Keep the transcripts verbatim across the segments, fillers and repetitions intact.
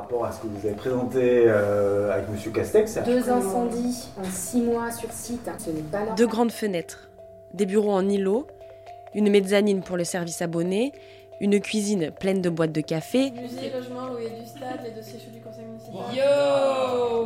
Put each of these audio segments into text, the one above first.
rapport à ce que vous avez présenté euh, avec M. Castex. Deux incendies en six mois sur site, ce n'est pas normal. Deux grandes fenêtres, des bureaux en îlot, une mezzanine pour le service abonné, une cuisine pleine de boîtes de café. Musée, logement, loyer du stade, les dossiers chauds du conseil municipal. Yo !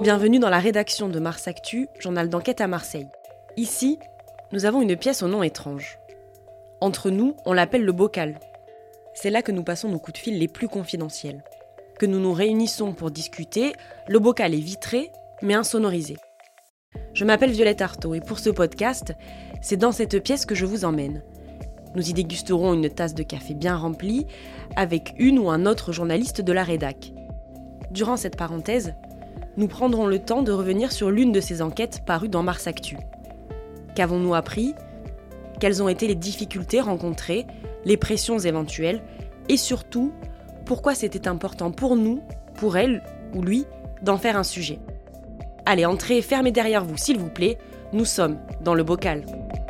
Bienvenue dans la rédaction de Mars Actu, journal d'enquête à Marseille. Ici, nous avons une pièce au nom étrange. Entre nous, on l'appelle le bocal. C'est là que nous passons nos coups de fil les plus confidentiels. Que nous nous réunissons pour discuter, le bocal est vitré, mais insonorisé. Je m'appelle Violette Artaud et pour ce podcast, c'est dans cette pièce que je vous emmène. Nous y dégusterons une tasse de café bien remplie avec une ou un autre journaliste de la rédac. Durant cette parenthèse, nous prendrons le temps de revenir sur l'une de ces enquêtes parues dans Mars Actu. Qu'avons-nous appris ? Quelles ont été les difficultés rencontrées, les pressions éventuelles et surtout, pourquoi c'était important pour nous, pour elle ou lui, d'en faire un sujet. Allez, entrez, fermez derrière vous, s'il vous plaît. Nous sommes dans le bocal.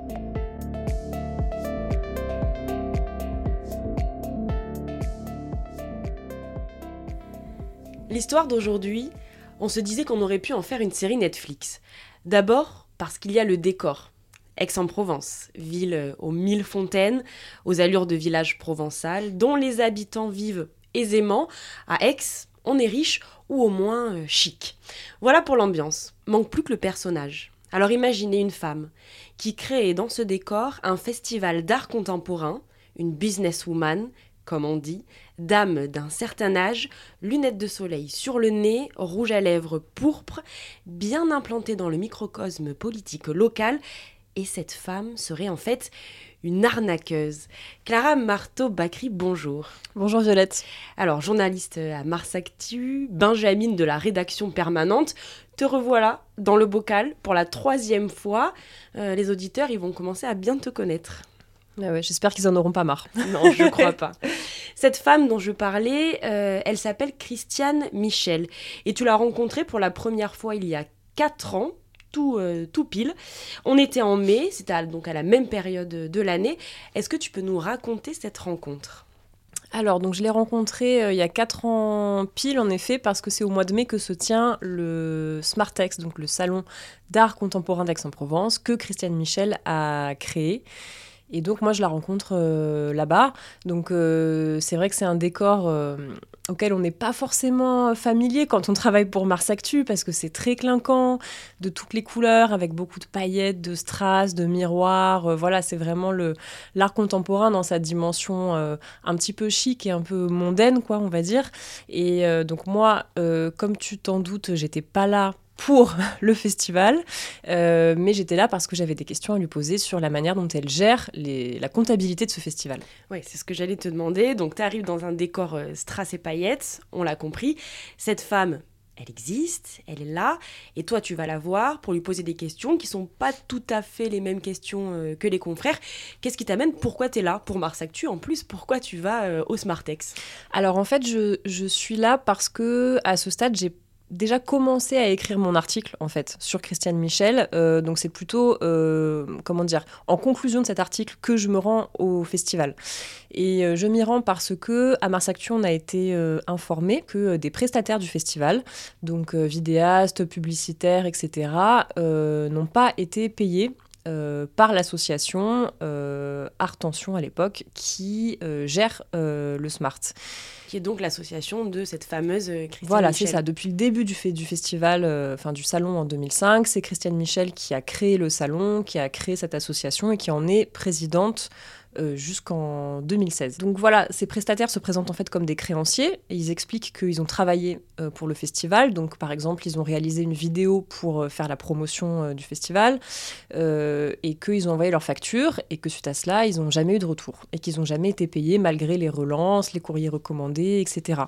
L'histoire d'aujourd'hui, on se disait qu'on aurait pu en faire une série Netflix. D'abord, parce qu'il y a le décor. Aix-en-Provence, ville aux mille fontaines, aux allures de village provençal, dont les habitants vivent aisément. À Aix, on est riche ou au moins euh, chic. Voilà pour l'ambiance. Manque plus que le personnage. Alors imaginez une femme qui crée dans ce décor un festival d'art contemporain, une businesswoman, comme on dit, dame d'un certain âge, lunettes de soleil sur le nez, rouge à lèvres pourpre, bien implantée dans le microcosme politique local. Et cette femme serait en fait une arnaqueuse. Clara Marteau-Bacry, bonjour. Bonjour Violette. Alors, journaliste à Mars Actu, Benjamine de la rédaction permanente, te revoilà dans le bocal pour la troisième fois. Euh, les auditeurs, ils vont commencer à bien te connaître. Ah ouais, j'espère qu'ils en auront pas marre. Non, je crois pas. Cette femme dont je parlais, euh, elle s'appelle Christiane Michel. Et tu l'as rencontrée pour la première fois il y a quatre ans. Tout, euh, tout pile. On était en mai, c'était à, donc à la même période de l'année. Est-ce que tu peux nous raconter cette rencontre ? Alors, donc je l'ai rencontrée euh, il y a quatre ans pile, en effet, parce que c'est au mois de mai que se tient le Smartex, donc le salon d'art contemporain d'Aix-en-Provence, que Christiane Michel a créé. Et donc, moi, je la rencontre euh, là-bas. Donc, euh, c'est vrai que c'est un décor euh, auquel on n'est pas forcément familier quand on travaille pour Mars Actu, parce que c'est très clinquant, de toutes les couleurs, avec beaucoup de paillettes, de strass, de miroirs. Euh, voilà, c'est vraiment le, l'art contemporain dans sa dimension euh, un petit peu chic et un peu mondaine, quoi, on va dire. Et euh, donc, moi, euh, comme tu t'en doutes, j'étais pas là pour le festival, euh, mais j'étais là parce que j'avais des questions à lui poser sur la manière dont elle gère les, la comptabilité de ce festival. Oui, c'est ce que j'allais te demander. Donc, tu arrives dans un décor euh, strass et paillettes, on l'a compris. Cette femme, elle existe, elle est là, et toi, tu vas la voir pour lui poser des questions qui ne sont pas tout à fait les mêmes questions euh, que les confrères. Qu'est-ce qui t'amène ? Pourquoi tu es là pour Mars Actu ? En plus, pourquoi tu vas euh, au Smartex ? Alors, en fait, je, je suis là parce que à ce stade, j'ai déjà commencé à écrire mon article, en fait, sur Christiane Michel. Euh, donc, c'est plutôt, euh, comment dire, en conclusion de cet article que je me rends au festival. Et euh, je m'y rends parce que à Mars Actu, on a été euh, informé que euh, des prestataires du festival, donc euh, vidéastes, publicitaires, et cetera, euh, n'ont pas été payés Euh, par l'association euh, Artention à l'époque qui euh, gère euh, le Smart. Qui est donc l'association de cette fameuse Christiane voilà, Michel. C'est ça. Depuis le début du, fait, du festival, euh, enfin du salon en deux mille cinq, c'est Christiane Michel qui a créé le salon, qui a créé cette association et qui en est présidente Euh, jusqu'en deux mille seize. Donc voilà, ces prestataires se présentent en fait comme des créanciers et ils expliquent qu'ils ont travaillé euh, pour le festival. Donc par exemple, ils ont réalisé une vidéo pour euh, faire la promotion euh, du festival euh, et qu'ils ont envoyé leurs factures et que suite à cela, ils n'ont jamais eu de retour et qu'ils n'ont jamais été payés malgré les relances, les courriers recommandés, et cetera.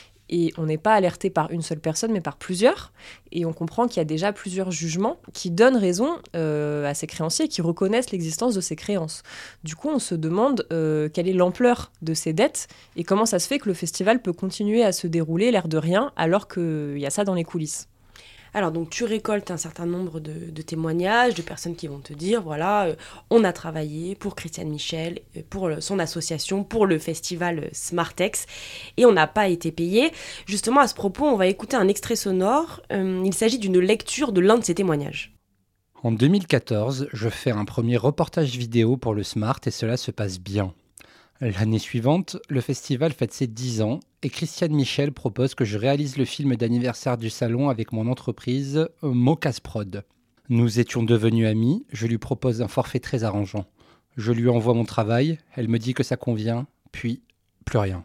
Et on n'est pas alerté par une seule personne, mais par plusieurs. Et on comprend qu'il y a déjà plusieurs jugements qui donnent raison euh, à ces créanciers, qui reconnaissent l'existence de ces créances. Du coup, on se demande euh, quelle est l'ampleur de ces dettes et comment ça se fait que le festival peut continuer à se dérouler, l'air de rien, alors qu'il y a ça dans les coulisses. Alors donc tu récoltes un certain nombre de, de témoignages, de personnes qui vont te dire, voilà, euh, on a travaillé pour Christiane Michel, euh, pour le- son association, pour le festival euh, Smartex, et on n'a pas été payé. Justement, à ce propos, on va écouter un extrait sonore. Euh, il s'agit d'une lecture de l'un de ces témoignages. En deux mille quatorze, je fais un premier reportage vidéo pour le Smart et cela se passe bien. L'année suivante, le festival fête ses dix ans et Christiane Michel propose que je réalise le film d'anniversaire du salon avec mon entreprise Mocas Prod. Nous étions devenus amis, je lui propose un forfait très arrangeant. Je lui envoie mon travail, elle me dit que ça convient, puis plus rien.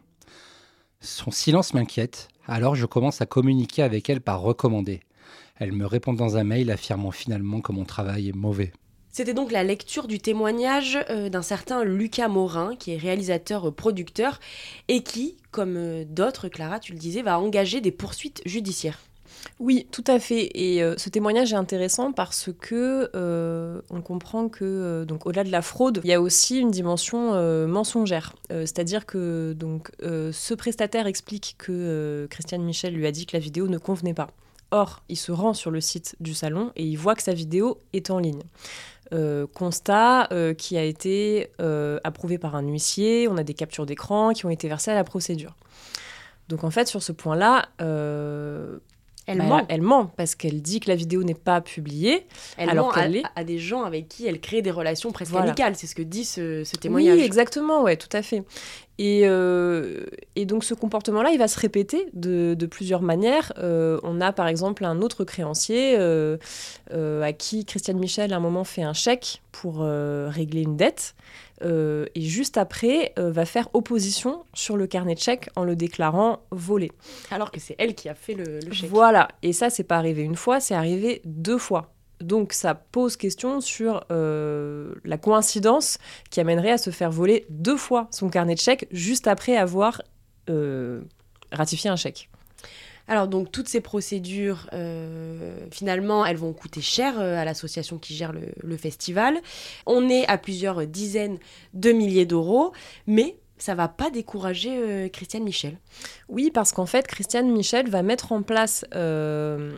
Son silence m'inquiète, alors je commence à communiquer avec elle par recommandé. Elle me répond dans un mail affirmant finalement que mon travail est mauvais. C'était donc la lecture du témoignage euh, d'un certain Lucas Morin, qui est réalisateur-producteur, et qui, comme euh, d'autres, Clara, tu le disais, va engager des poursuites judiciaires. Oui, tout à fait. Et euh, ce témoignage est intéressant parce que euh, on comprend que euh, donc au-delà de la fraude, il y a aussi une dimension euh, mensongère. Euh, c'est-à-dire que donc euh, ce prestataire explique que euh, Christiane Michel lui a dit que la vidéo ne convenait pas. Or, il se rend sur le site du salon et il voit que sa vidéo est en ligne. Euh, constat euh, qui a été euh, approuvé par un huissier, on a des captures d'écran qui ont été versées à la procédure. Donc en fait, sur ce point-là, euh, Elle bah, ment. Elle ment parce qu'elle dit que la vidéo n'est pas publiée. Elle alors ment à, qu'elle est... à des gens avec qui elle crée des relations presque Voilà. amicales. C'est ce que dit ce, ce témoignage. Oui, exactement, ouais, tout à fait. Et, euh, et donc ce comportement-là, il va se répéter de, de plusieurs manières. Euh, on a par exemple un autre créancier euh, euh, à qui Christiane Michel à un moment fait un chèque pour euh, régler une dette. Euh, et juste après, euh, va faire opposition sur le carnet de chèques en le déclarant volé. Alors que c'est elle qui a fait le, le chèque. Voilà, et ça, c'est pas arrivé une fois, c'est arrivé deux fois. Donc ça pose question sur euh, la coïncidence qui amènerait à se faire voler deux fois son carnet de chèques juste après avoir euh, ratifié un chèque. Alors donc toutes ces procédures, euh, finalement, elles vont coûter cher euh, à l'association qui gère le, le festival. On est à plusieurs dizaines de milliers d'euros, mais ça va pas décourager euh, Christiane Michel. Oui, parce qu'en fait, Christiane Michel va mettre en place euh,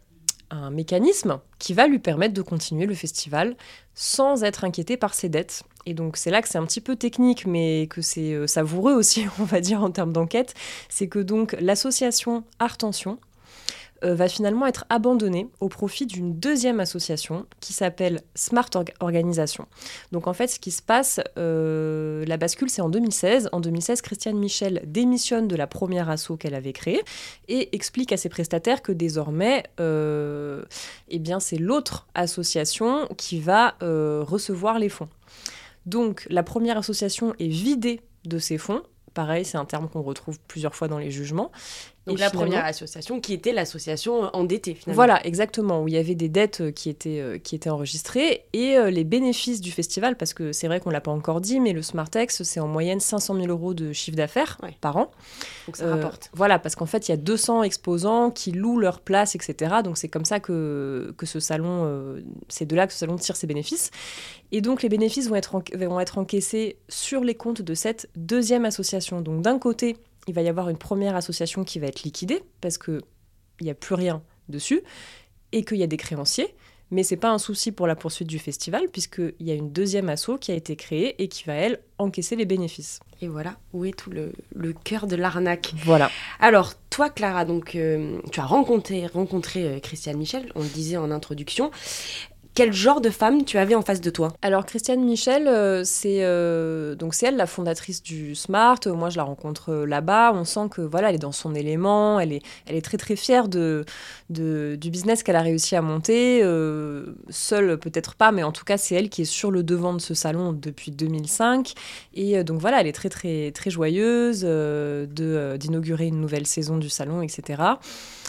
un mécanisme qui va lui permettre de continuer le festival sans être inquiétée par ses dettes. Et donc c'est là que c'est un petit peu technique, mais que c'est euh, savoureux aussi, on va dire, en termes d'enquête. C'est que donc l'association Artention euh, va finalement être abandonnée au profit d'une deuxième association qui s'appelle Smart Org- Organisation. Donc en fait, ce qui se passe, euh, la bascule, c'est en deux mille seize. En deux mille seize, Christiane Michel démissionne de la première asso qu'elle avait créée et explique à ses prestataires que désormais, euh, eh bien, c'est l'autre association qui va euh, recevoir les fonds. Donc la première association est vidée de ses fonds. Pareil, c'est un terme qu'on retrouve plusieurs fois dans les jugements. Donc Et la finalement- première association qui était l'association endettée finalement. Voilà, exactement, où il y avait des dettes qui étaient, euh, qui étaient enregistrées et euh, les bénéfices du festival, parce que c'est vrai qu'on ne l'a pas encore dit, mais le Smartex, c'est en moyenne cinq cent mille euros de chiffre d'affaires Ouais. par an. Donc ça Euh, rapporte. Voilà, parce qu'en fait, il y a deux cents exposants qui louent leur place, et cetera. Donc c'est comme ça que, que ce salon, euh, c'est de là que ce salon tire ses bénéfices. Et donc les bénéfices vont être, en- vont être encaissés sur les comptes de cette deuxième association. Donc d'un côté, il va y avoir une première association qui va être liquidée, parce qu'il n'y a plus rien dessus, et qu'il y a des créanciers. Mais ce n'est pas un souci pour la poursuite du festival, puisqu'il y a une deuxième asso qui a été créée et qui va, elle, encaisser les bénéfices. Et voilà où est tout le, le cœur de l'arnaque. Voilà. Alors, toi, Clara, donc, euh, tu as rencontré, rencontré euh, Christiane Michel, on le disait en introduction. Quel genre de femme tu avais en face de toi ? Alors Christiane Michel, euh, c'est euh, donc c'est elle la fondatrice du Smart. Euh, Moi, je la rencontre euh, là-bas. On sent que voilà, elle est dans son élément. Elle est, elle est très très fière de, de du business qu'elle a réussi à monter. Euh, seule peut-être pas, mais en tout cas, c'est elle qui est sur le devant de ce salon depuis deux mille cinq. Et euh, donc voilà, elle est très très très joyeuse euh, de euh, d'inaugurer une nouvelle saison du salon, et cetera.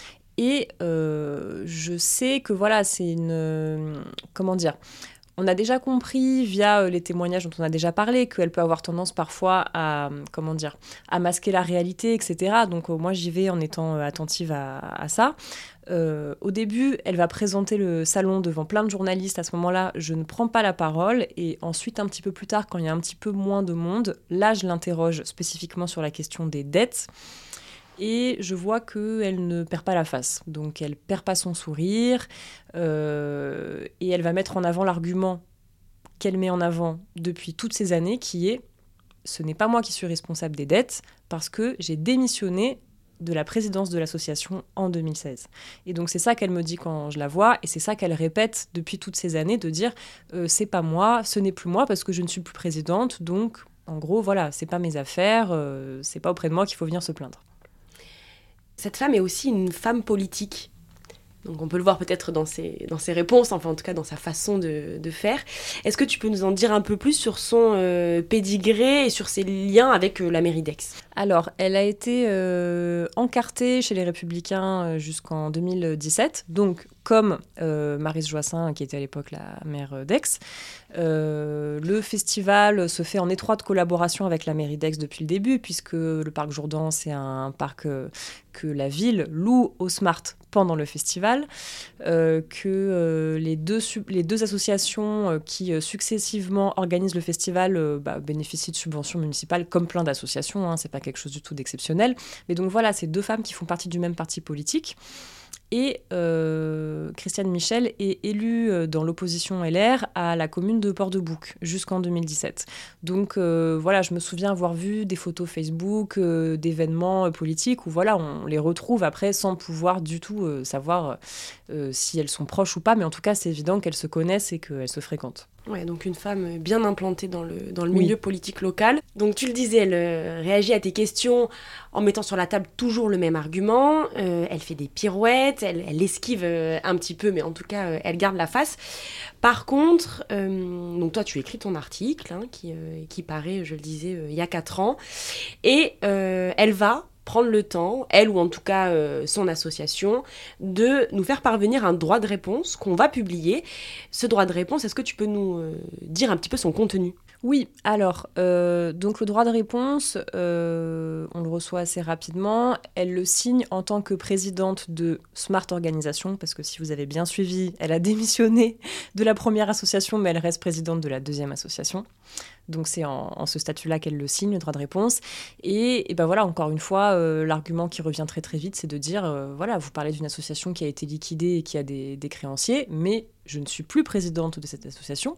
Et euh, je sais que voilà, c'est une... euh, comment dire ? On a déjà compris, via euh, les témoignages dont on a déjà parlé, qu'elle peut avoir tendance parfois à, euh, comment dire, à masquer la réalité, et cetera. Donc euh, moi, j'y vais en étant euh, attentive à, à ça. Euh, au début, elle va présenter le salon devant plein de journalistes. À ce moment-là, je ne prends pas la parole. Et ensuite, un petit peu plus tard, quand il y a un petit peu moins de monde, là, je l'interroge spécifiquement sur la question des dettes. Et je vois qu'elle ne perd pas la face. Donc elle perd pas son sourire. Euh, et elle va mettre en avant l'argument qu'elle met en avant depuis toutes ces années, qui est « ce n'est pas moi qui suis responsable des dettes parce que j'ai démissionné de la présidence de l'association en deux mille seize ». Et donc c'est ça qu'elle me dit quand je la vois, et c'est ça qu'elle répète depuis toutes ces années, de dire euh, « c'est pas moi, ce n'est plus moi parce que je ne suis plus présidente, donc en gros, voilà, c'est pas mes affaires, euh, c'est pas auprès de moi qu'il faut venir se plaindre ». Cette femme est aussi une femme politique. Donc on peut le voir peut-être dans ses, dans ses réponses, enfin en tout cas dans sa façon de, de faire. Est-ce que tu peux nous en dire un peu plus sur son euh, pédigré et sur ses liens avec euh, la mairie d'Aix ? Alors, elle a été euh, encartée chez les Républicains euh, jusqu'en deux mille dix-sept, donc comme euh, Maryse Joissains, qui était à l'époque la maire d'Aix. Euh, le festival se fait en étroite collaboration avec la mairie d'Aix depuis le début, puisque le parc Jourdan, c'est un parc euh, que la ville loue au Smart pendant le festival, euh, que euh, les, deux, les deux associations euh, qui euh, successivement organisent le festival euh, bah, bénéficient de subventions municipales, comme plein d'associations, hein, c'est pas quelque chose du tout d'exceptionnel. Mais donc voilà, c'est deux femmes qui font partie du même parti politique. Et euh, Christiane Michel est élue dans l'opposition L R à la commune de Port-de-Bouc jusqu'en deux mille dix-sept. Donc euh, voilà, je me souviens avoir vu des photos Facebook euh, d'événements euh, politiques où voilà, on les retrouve après sans pouvoir du tout euh, savoir euh, si elles sont proches ou pas, mais en tout cas c'est évident qu'elles se connaissent et qu'elles se fréquentent. Ouais, donc une femme bien implantée dans le, dans le milieu oui. politique local. Donc tu le disais, elle euh, réagit à tes questions en mettant sur la table toujours le même argument. Euh, elle fait des pirouettes, elle, elle esquive euh, un petit peu, mais en tout cas, euh, elle garde la face. Par contre, euh, donc toi, tu écris ton article, hein, qui, euh, qui paraît, je le disais, euh, il y a quatre ans. Et euh, elle va prendre le temps, elle ou en tout cas euh, son association, de nous faire parvenir un droit de réponse qu'on va publier. Ce droit de réponse, est-ce que tu peux nous euh, dire un petit peu son contenu ? Oui, alors, euh, donc le droit de réponse, euh, on le reçoit assez rapidement. Elle le signe en tant que présidente de Smart Organisation, parce que si vous avez bien suivi, elle a démissionné de la première association, mais elle reste présidente de la deuxième association. Donc c'est en, en ce statut-là qu'elle le signe, le droit de réponse. Et, et ben voilà, encore une fois, euh, l'argument qui revient très très vite, c'est de dire, euh, voilà, vous parlez d'une association qui a été liquidée et qui a des, des créanciers, mais je ne suis plus présidente de cette association.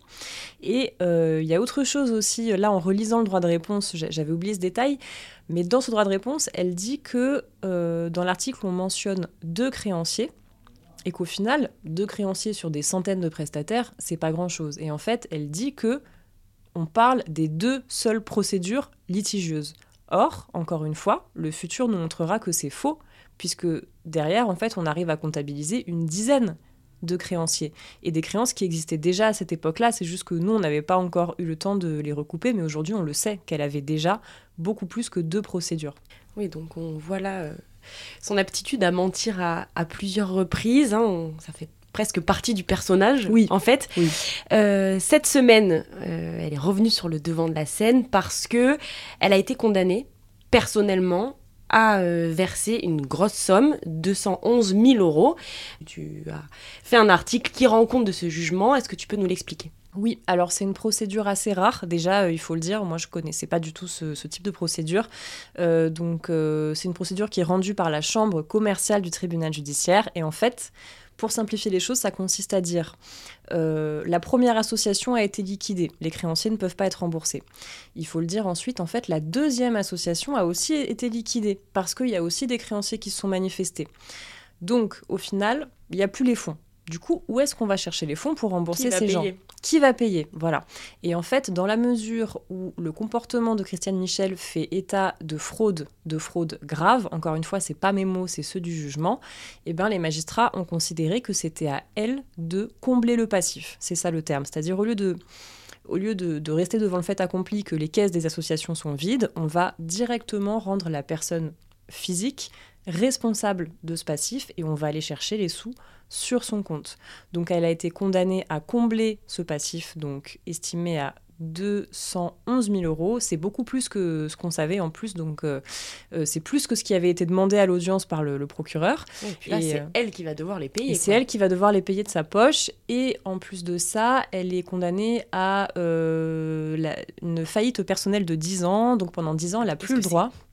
Et il euh, y a autre chose aussi, là en relisant le droit de réponse, j'avais oublié ce détail, mais dans ce droit de réponse, elle dit que euh, dans l'article, on mentionne deux créanciers, et qu'au final, deux créanciers sur des centaines de prestataires, c'est pas grand-chose. Et en fait, elle dit que on parle des deux seules procédures litigieuses. Or, encore une fois, le futur nous montrera que c'est faux, puisque derrière, en fait, on arrive à comptabiliser une dizaine de créanciers. Et des créances qui existaient déjà à cette époque-là, c'est juste que nous, on n'avait pas encore eu le temps de les recouper, mais aujourd'hui, on le sait, qu'elle avait déjà beaucoup plus que deux procédures. Oui, donc on voit là euh, son aptitude à mentir à, à plusieurs reprises, hein, on, ça fait presque partie du personnage, oui. en fait. Oui. Euh, cette semaine, euh, elle est revenue sur le devant de la scène parce que elle a été condamnée, personnellement, à euh, verser une grosse somme, deux cent onze mille euros. Tu as fait un article qui rend compte de ce jugement. Est-ce que tu peux nous l'expliquer ? Oui, alors c'est une procédure assez rare, déjà euh, il faut le dire, moi je ne connaissais pas du tout ce, ce type de procédure, euh, donc euh, c'est une procédure qui est rendue par la chambre commerciale du tribunal judiciaire, et en fait, pour simplifier les choses, ça consiste à dire euh, la première association a été liquidée, les créanciers ne peuvent pas être remboursés. Il faut le dire ensuite, en fait, la deuxième association a aussi été liquidée, parce qu'il y a aussi des créanciers qui se sont manifestés. Donc au final, il n'y a plus les fonds. Du coup, où est-ce qu'on va chercher les fonds pour rembourser ces gens ? Qui va payer ? Voilà. Et en fait, dans la mesure où le comportement de Christiane Michel fait état de fraude, de fraude grave, encore une fois, c'est pas mes mots, c'est ceux du jugement, eh ben, les magistrats ont considéré que c'était à elle de combler le passif. C'est ça le terme. C'est-à-dire, au lieu de... Au lieu de, de rester devant le fait accompli que les caisses des associations sont vides, on va directement rendre la personne physique responsable de ce passif et on va aller chercher les sous sur son compte. Donc elle a été condamnée à combler ce passif, donc estimé à deux cent onze mille euros. C'est beaucoup plus que ce qu'on savait en plus, donc euh, euh, c'est plus que ce qui avait été demandé à l'audience par le, le procureur. Et puis là, et, c'est euh, elle qui va devoir les payer. Et c'est elle qui va devoir les payer de sa poche. Et en plus de ça, elle est condamnée à euh, la, une faillite personnelle de dix ans. Donc pendant dix ans, elle n'a plus le droit.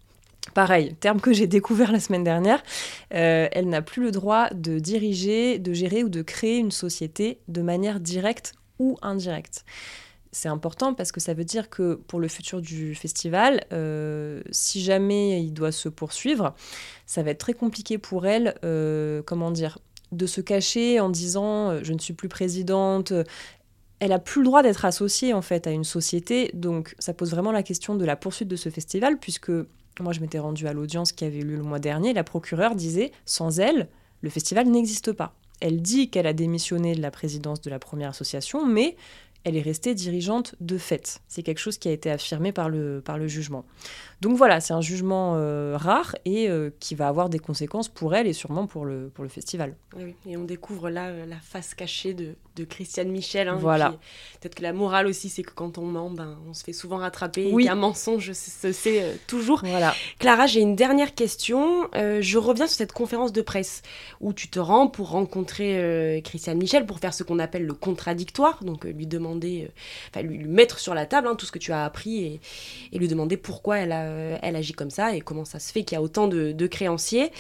Pareil, terme que j'ai découvert la semaine dernière, euh, elle n'a plus le droit de diriger, de gérer ou de créer une société de manière directe ou indirecte. C'est important parce que ça veut dire que pour le futur du festival, euh, si jamais il doit se poursuivre, ça va être très compliqué pour elle, euh, comment dire, de se cacher en disant euh, « je ne suis plus présidente ». Elle n'a plus le droit d'être associée en fait à une société, donc ça pose vraiment la question de la poursuite de ce festival, puisque moi je m'étais rendue à l'audience qui avait eu lieu le mois dernier, la procureure disait « sans elle, le festival n'existe pas ». Elle dit qu'elle a démissionné de la présidence de la première association, mais elle est restée dirigeante de fait. C'est quelque chose qui a été affirmé par le, par le jugement. Donc voilà, c'est un jugement euh, rare et euh, qui va avoir des conséquences pour elle et sûrement pour le, pour le festival. Oui, et on découvre là euh, la face cachée de, de Christiane Michel. Hein, voilà. Qui, peut-être que la morale aussi, c'est que quand on ment, ben, on se fait souvent rattraper oui. et qu'un mensonge se sait euh, toujours. Voilà. Clara, j'ai une dernière question. Euh, je reviens sur cette conférence de presse où tu te rends pour rencontrer euh, Christiane Michel pour faire ce qu'on appelle le contradictoire, donc euh, lui demander, enfin euh, lui, lui mettre sur la table hein, tout ce que tu as appris et, et lui demander pourquoi elle a elle agit comme ça et comment ça se fait qu'il y a autant de, de créanciers.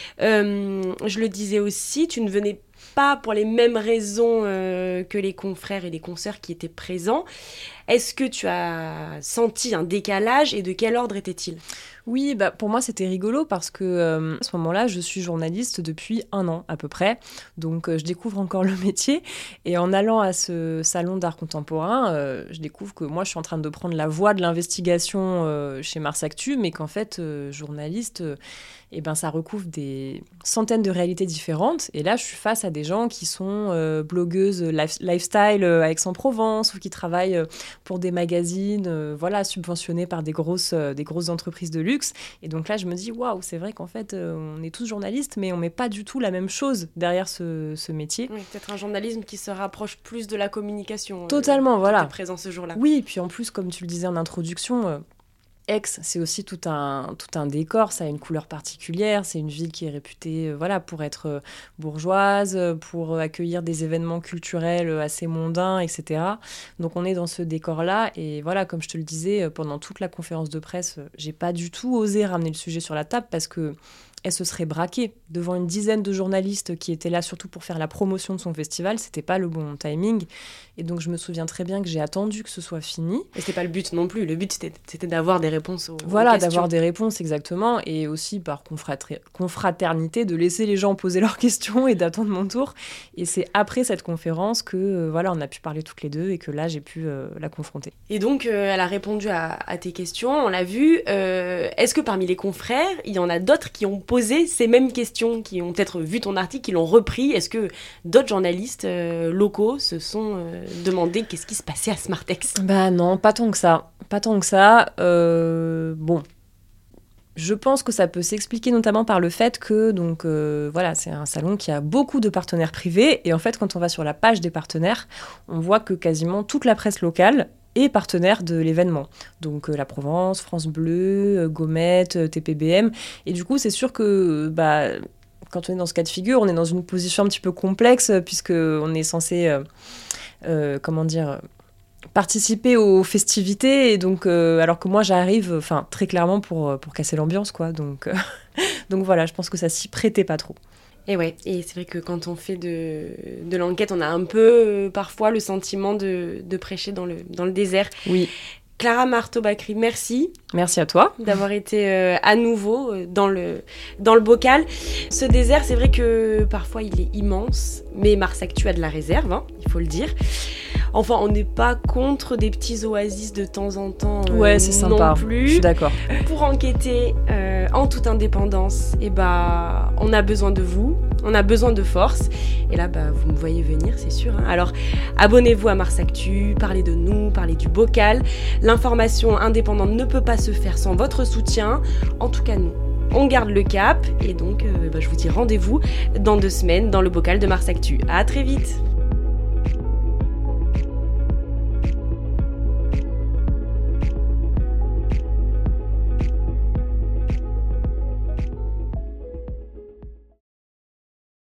Euh, je le disais aussi, tu ne venais pas pour les mêmes raisons euh, que les confrères et les consoeurs qui étaient présents. Est-ce que tu as senti un décalage et de quel ordre était-il ? Oui, bah, pour moi c'était rigolo parce que euh, à ce moment-là, je suis journaliste depuis un an à peu près, donc euh, je découvre encore le métier et en allant à ce salon d'art contemporain, euh, je découvre que moi je suis en train de prendre la voie de l'investigation euh, chez Mars Actu, mais qu'en fait euh, journaliste, euh, eh ben, ça recouvre des centaines de réalités différentes et là je suis face à des gens qui sont euh, blogueuses life- lifestyle euh, à Aix-en-Provence ou qui travaillent euh, pour des magazines euh, voilà, subventionnés par des grosses, euh, des grosses entreprises de luxe. Et donc là, je me dis, waouh, c'est vrai qu'en fait, euh, on est tous journalistes, mais on met pas du tout la même chose derrière ce, ce métier. Oui, peut-être un journalisme qui se rapproche plus de la communication. Totalement, euh, voilà. Qui était présent ce jour-là. Oui, et puis en plus, comme tu le disais en introduction, euh, Aix, c'est aussi tout un, tout un décor, ça a une couleur particulière, c'est une ville qui est réputée euh, voilà, pour être euh, bourgeoise, pour accueillir des événements culturels assez mondains, et cetera. Donc on est dans ce décor-là, et voilà, comme je te le disais, pendant toute la conférence de presse, j'ai pas du tout osé ramener le sujet sur la table, parce que elle se serait braquée devant une dizaine de journalistes qui étaient là surtout pour faire la promotion de son festival. C'était pas le bon timing. Et donc, je me souviens très bien que j'ai attendu que ce soit fini. Et c'était pas le but non plus. Le but, c'était, c'était d'avoir des réponses aux, voilà, aux questions. D'avoir des réponses, exactement. Et aussi, par confrater- confraternité, de laisser les gens poser leurs questions et d'attendre mon tour. Et c'est après cette conférence que, euh, voilà, on a pu parler toutes les deux et que là, j'ai pu euh, la confronter. Et donc, euh, elle a répondu à, à tes questions. On l'a vu. Euh, est-ce que parmi les confrères, il y en a d'autres qui ont posé ces mêmes questions, qui ont peut-être vu ton article, qui l'ont repris? Est-ce que d'autres journalistes euh, locaux se sont euh, demandé qu'est-ce qui se passait à Smartex? Bah non, pas tant que ça. Pas tant que ça. Euh, bon, je pense que ça peut s'expliquer notamment par le fait que donc euh, voilà, c'est un salon qui a beaucoup de partenaires privés. Et en fait, quand on va sur la page des partenaires, on voit que quasiment toute la presse locale est partenaire de l'événement. Donc euh, La Provence, France Bleu, euh, Gomet, euh, T P B M. Et du coup, c'est sûr que bah, quand on est dans ce cas de figure, on est dans une position un petit peu complexe euh, puisqu'on est censé, euh, euh, comment dire, participer aux festivités. Et donc, euh, alors que moi, j'arrive enfin, très clairement pour, pour casser l'ambiance, quoi. Donc, euh, donc voilà, je pense que ça s'y prêtait pas trop. Et ouais, et c'est vrai que quand on fait de, de l'enquête, on a un peu euh, parfois le sentiment de, de prêcher dans le, dans le désert. Oui. Clara Marteau-Bacri, merci. Merci à toi. D'avoir été euh, à nouveau euh, dans, le, dans le bocal. Ce désert, c'est vrai que parfois il est immense, mais Mars Actu a de la réserve, hein, il faut le dire. Enfin, on n'est pas contre des petits oasis de temps en temps euh, ouais, c'est sympa. Non plus. Je suis d'accord. Pour enquêter euh, en toute indépendance, eh bah, on a besoin de vous, on a besoin de force. Et là, bah, vous me voyez venir, c'est sûr. Hein. Alors, abonnez-vous à Mars Actu, parlez de nous, parlez du bocal. L'information indépendante ne peut pas se faire sans votre soutien. En tout cas, nous, on garde le cap. Et donc, euh, bah, je vous dis rendez-vous dans deux semaines dans le bocal de Mars Actu. À très vite.